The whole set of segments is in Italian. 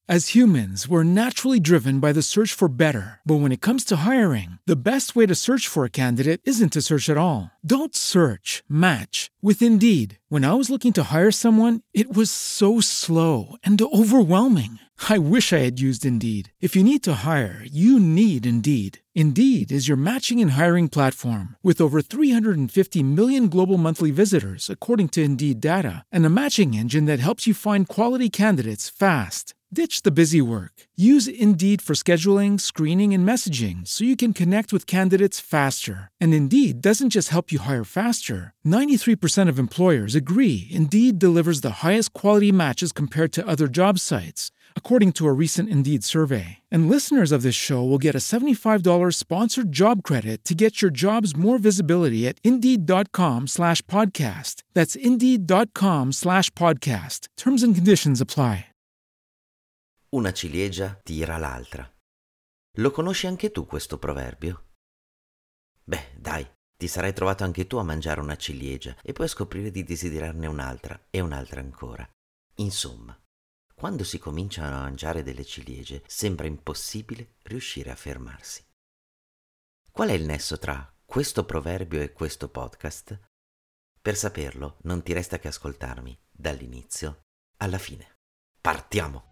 As humans, we're naturally driven by the search for better. But when it comes to hiring, the best way to search for a candidate isn't to search at all. Don't search, match with Indeed. When I was looking to hire someone, it was so slow and overwhelming. I wish I had used Indeed. If you need to hire, you need Indeed. Indeed is your matching and hiring platform with over 350 million global monthly visitors, according to Indeed data, and a matching engine that helps you find quality candidates fast. Ditch the busy work. Use Indeed for scheduling, screening, and messaging so you can connect with candidates faster. And Indeed doesn't just help you hire faster. 93% of employers agree Indeed delivers the highest quality matches compared to other job sites, according to a recent Indeed survey. And listeners of this show will get a $75 sponsored job credit to get your jobs more visibility at Indeed.com/podcast. That's Indeed.com/podcast. Terms and conditions apply. Una ciliegia tira l'altra. Lo conosci anche tu questo proverbio? Beh, dai, ti sarai trovato anche tu a mangiare una ciliegia e poi a scoprire di desiderarne un'altra e un'altra ancora. Insomma, quando si cominciano a mangiare delle ciliegie sembra impossibile riuscire a fermarsi. Qual è il nesso tra questo proverbio e questo podcast? Per saperlo non ti resta che ascoltarmi dall'inizio alla fine. Partiamo!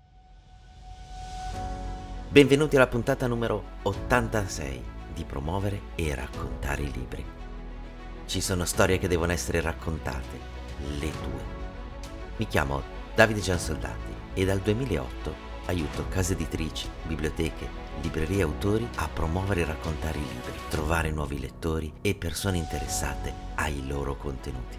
Benvenuti alla puntata numero 86 di Promuovere e Raccontare i Libri. Ci sono storie che devono essere raccontate, le tue. Mi chiamo Davide Giansoldati e dal 2008 aiuto case editrici, biblioteche, librerie e autori a promuovere e raccontare i libri, trovare nuovi lettori e persone interessate ai loro contenuti.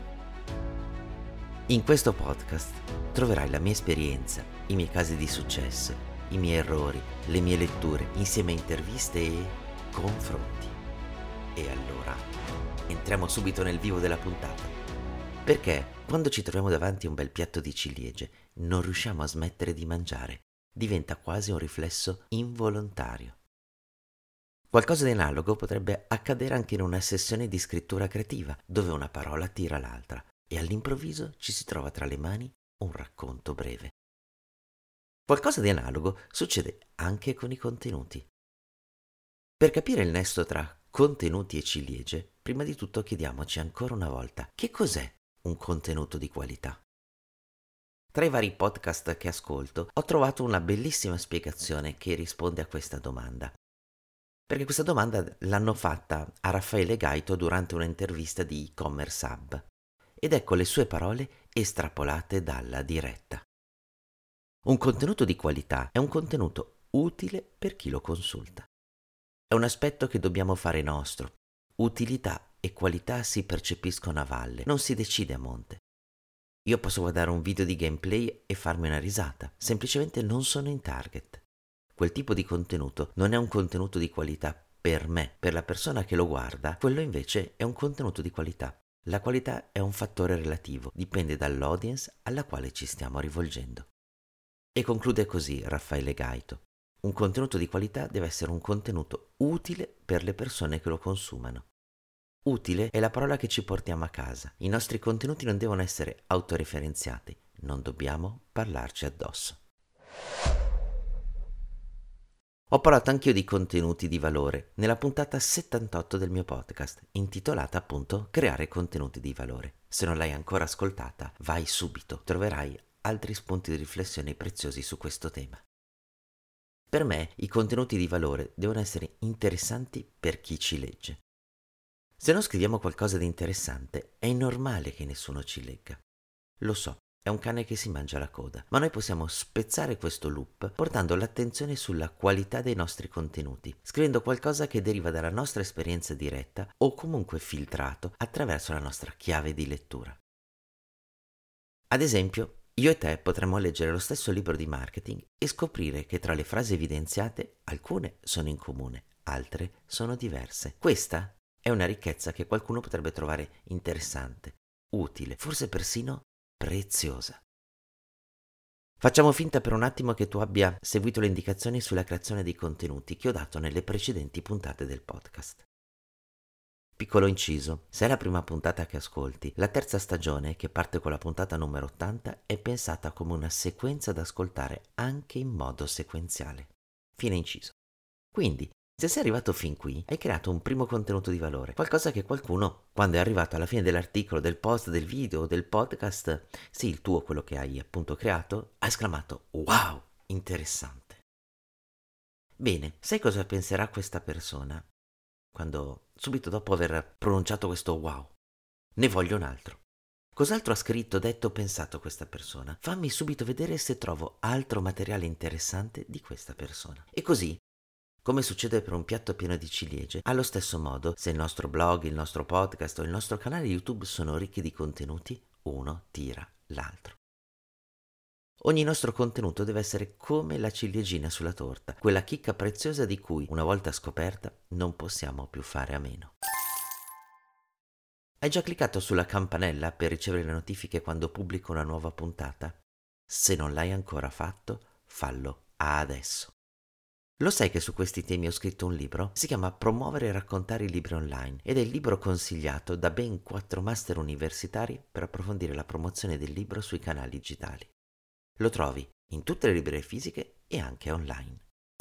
In questo podcast troverai la mia esperienza, i miei casi di successo, i miei errori, le mie letture, insieme a interviste e confronti. E allora, entriamo subito nel vivo della puntata. Perché quando ci troviamo davanti a un bel piatto di ciliegie, non riusciamo a smettere di mangiare. Diventa quasi un riflesso involontario. Qualcosa di analogo potrebbe accadere anche in una sessione di scrittura creativa, dove una parola tira l'altra e all'improvviso ci si trova tra le mani un racconto breve. Qualcosa di analogo succede anche con i contenuti. Per capire il nesso tra contenuti e ciliegie, prima di tutto chiediamoci ancora una volta che cos'è un contenuto di qualità. Tra i vari podcast che ascolto ho trovato una bellissima spiegazione che risponde a questa domanda. Perché questa domanda l'hanno fatta a Raffaele Gaito durante un'intervista di E-Commerce Hub ed ecco le sue parole estrapolate dalla diretta. Un contenuto di qualità è un contenuto utile per chi lo consulta. È un aspetto che dobbiamo fare nostro. Utilità e qualità si percepiscono a valle, non si decide a monte. Io posso guardare un video di gameplay e farmi una risata, semplicemente non sono in target. Quel tipo di contenuto non è un contenuto di qualità per me, per la persona che lo guarda, quello invece è un contenuto di qualità. La qualità è un fattore relativo, dipende dall'audience alla quale ci stiamo rivolgendo. E conclude così Raffaele Gaito. Un contenuto di qualità deve essere un contenuto utile per le persone che lo consumano. Utile è la parola che ci portiamo a casa. I nostri contenuti non devono essere autoreferenziati, non dobbiamo parlarci addosso. Ho parlato anch'io di contenuti di valore nella puntata 78 del mio podcast, intitolata appunto Creare contenuti di valore. Se non l'hai ancora ascoltata, vai subito, troverai altri spunti di riflessione preziosi su questo tema. Per me i contenuti di valore devono essere interessanti per chi ci legge. Se non scriviamo qualcosa di interessante, è normale che nessuno ci legga. Lo so, è un cane che si mangia la coda, ma noi possiamo spezzare questo loop portando l'attenzione sulla qualità dei nostri contenuti, scrivendo qualcosa che deriva dalla nostra esperienza diretta o comunque filtrato attraverso la nostra chiave di lettura. Ad esempio, io e te potremmo leggere lo stesso libro di marketing e scoprire che tra le frasi evidenziate alcune sono in comune, altre sono diverse. Questa è una ricchezza che qualcuno potrebbe trovare interessante, utile, forse persino preziosa. Facciamo finta per un attimo che tu abbia seguito le indicazioni sulla creazione dei contenuti che ho dato nelle precedenti puntate del podcast. Piccolo inciso, se è la prima puntata che ascolti, la terza stagione, che parte con la puntata numero 80, è pensata come una sequenza da ascoltare anche in modo sequenziale. Fine inciso. Quindi, se sei arrivato fin qui, hai creato un primo contenuto di valore, qualcosa che qualcuno, quando è arrivato alla fine dell'articolo, del post, del video, del podcast, sì, il tuo, quello che hai appunto creato, ha esclamato "Wow, interessante". Bene, sai cosa penserà questa persona quando, subito dopo aver pronunciato questo wow, ne voglio un altro? Cos'altro ha scritto, detto, pensato questa persona? Fammi subito vedere se trovo altro materiale interessante di questa persona. E così, come succede per un piatto pieno di ciliegie, allo stesso modo, se il nostro blog, il nostro podcast o il nostro canale YouTube sono ricchi di contenuti, uno tira l'altro. Ogni nostro contenuto deve essere come la ciliegina sulla torta, quella chicca preziosa di cui, una volta scoperta, non possiamo più fare a meno. Hai già cliccato sulla campanella per ricevere le notifiche quando pubblico una nuova puntata? Se non l'hai ancora fatto, fallo adesso. Lo sai che su questi temi ho scritto un libro? Si chiama Promuovere e raccontare i libri online ed è il libro consigliato da ben 4 master universitari per approfondire la promozione del libro sui canali digitali. Lo trovi in tutte le librerie fisiche e anche online.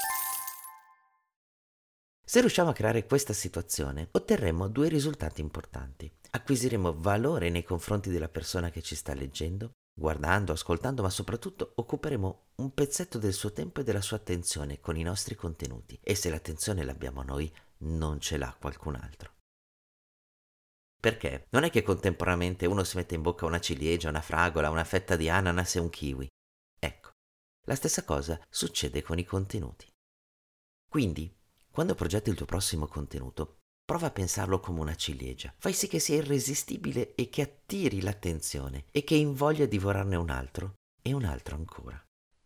Se riusciamo a creare questa situazione, otterremo 2 risultati importanti. Acquisiremo valore nei confronti della persona che ci sta leggendo, guardando, ascoltando, ma soprattutto occuperemo un pezzetto del suo tempo e della sua attenzione con i nostri contenuti. E se l'attenzione l'abbiamo noi, non ce l'ha qualcun altro. Perché non è che contemporaneamente uno si mette in bocca una ciliegia, una fragola, una fetta di ananas e un kiwi. Ecco, la stessa cosa succede con i contenuti. Quindi, quando progetti il tuo prossimo contenuto, prova a pensarlo come una ciliegia. Fai sì che sia irresistibile e che attiri l'attenzione e che invoglia divorarne un altro e un altro ancora.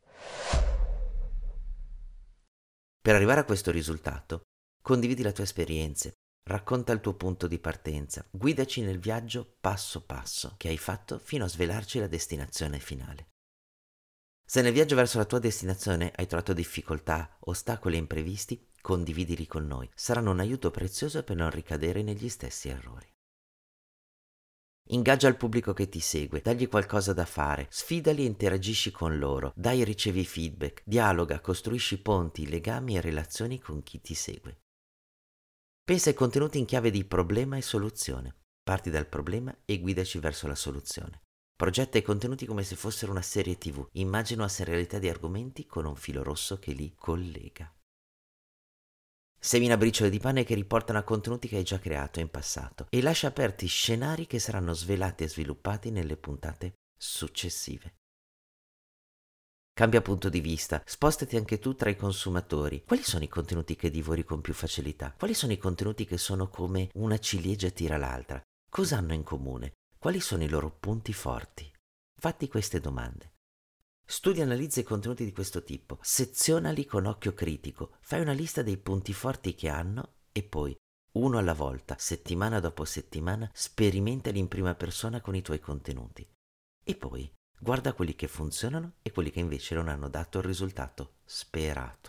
Per arrivare a questo risultato, condividi le tue esperienze, racconta il tuo punto di partenza, guidaci nel viaggio passo passo che hai fatto fino a svelarci la destinazione finale. Se nel viaggio verso la tua destinazione hai trovato difficoltà, ostacoli e imprevisti, condividili con noi. Saranno un aiuto prezioso per non ricadere negli stessi errori. Ingaggia il pubblico che ti segue, dagli qualcosa da fare, sfidali e interagisci con loro, dai e ricevi feedback, dialoga, costruisci ponti, legami e relazioni con chi ti segue. Pensa ai contenuti in chiave di problema e soluzione. Parti dal problema e guidaci verso la soluzione. Progetta i contenuti come se fossero una serie TV. Immagina una serialità di argomenti con un filo rosso che li collega. Semina briciole di pane che riportano a contenuti che hai già creato in passato e lascia aperti scenari che saranno svelati e sviluppati nelle puntate successive. Cambia punto di vista, spostati anche tu tra i consumatori. Quali sono i contenuti che divori con più facilità? Quali sono i contenuti che sono come una ciliegia tira l'altra? Cosa hanno in comune? Quali sono i loro punti forti? Fatti queste domande. Studia e analizza i contenuti di questo tipo, sezionali con occhio critico, fai una lista dei punti forti che hanno e poi, uno alla volta, settimana dopo settimana, sperimentali in prima persona con i tuoi contenuti. E poi, guarda quelli che funzionano e quelli che invece non hanno dato il risultato sperato.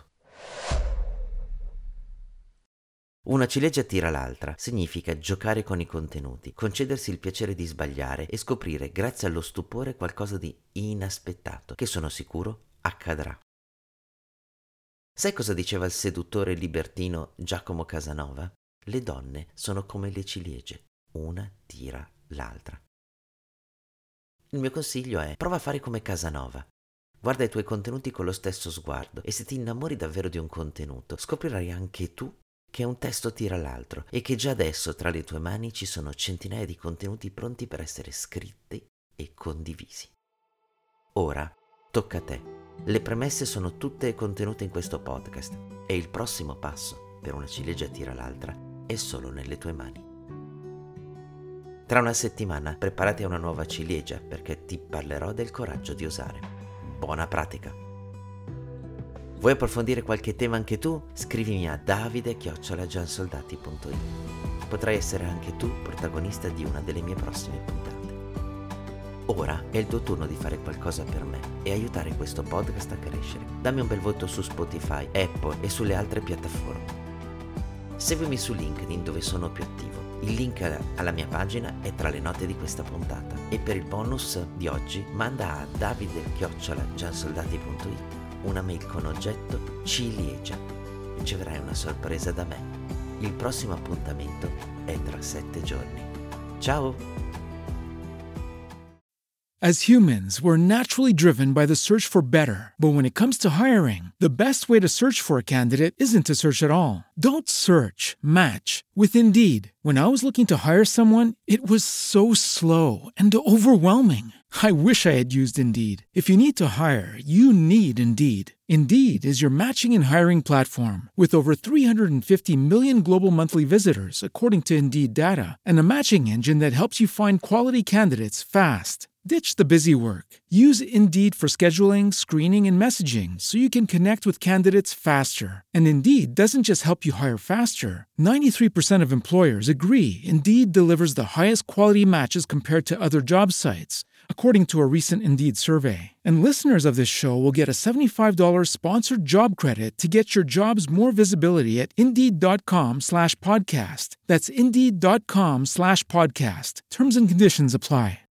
Una ciliegia tira l'altra significa giocare con i contenuti, concedersi il piacere di sbagliare e scoprire grazie allo stupore qualcosa di inaspettato, che sono sicuro accadrà. Sai cosa diceva il seduttore libertino Giacomo Casanova? Le donne sono come le ciliegie, una tira l'altra. Il mio consiglio è: prova a fare come Casanova. Guarda i tuoi contenuti con lo stesso sguardo e se ti innamori davvero di un contenuto, scoprirai anche tu che un testo tira l'altro e che già adesso tra le tue mani ci sono centinaia di contenuti pronti per essere scritti e condivisi. Ora tocca a te. Le premesse sono tutte contenute in questo podcast e il prossimo passo per una ciliegia tira l'altra è solo nelle tue mani. Tra una settimana preparati a una nuova ciliegia perché ti parlerò del coraggio di osare. Buona pratica! Vuoi approfondire qualche tema anche tu? Scrivimi a davide@giansoldati.it. Potrai essere anche tu protagonista di una delle mie prossime puntate. Ora è il tuo turno di fare qualcosa per me e aiutare questo podcast a crescere. Dammi un bel voto su Spotify, Apple e sulle altre piattaforme. Seguimi su LinkedIn dove sono più attivo. Il link alla mia pagina è tra le note di questa puntata. E per il bonus di oggi manda a davide@giansoldati.it una mail con oggetto ciliegia. Riceverai una sorpresa da me. Il prossimo appuntamento è tra 7 giorni. Ciao! As humans, we're naturally driven by the search for better. But when it comes to hiring, the best way to search for a candidate isn't to search at all. Don't search, match with Indeed. When I was looking to hire someone, it was so slow and overwhelming. I wish I had used Indeed. If you need to hire, you need Indeed. Indeed is your matching and hiring platform with over 350 million global monthly visitors, according to Indeed data, and a matching engine that helps you find quality candidates fast. Ditch the busy work. Use Indeed for scheduling, screening, and messaging so you can connect with candidates faster. And Indeed doesn't just help you hire faster. 93% of employers agree Indeed delivers the highest quality matches compared to other job sites, according to a recent Indeed survey. And listeners of this show will get a $75 sponsored job credit to get your jobs more visibility at Indeed.com/podcast. That's Indeed.com/podcast. Terms and conditions apply.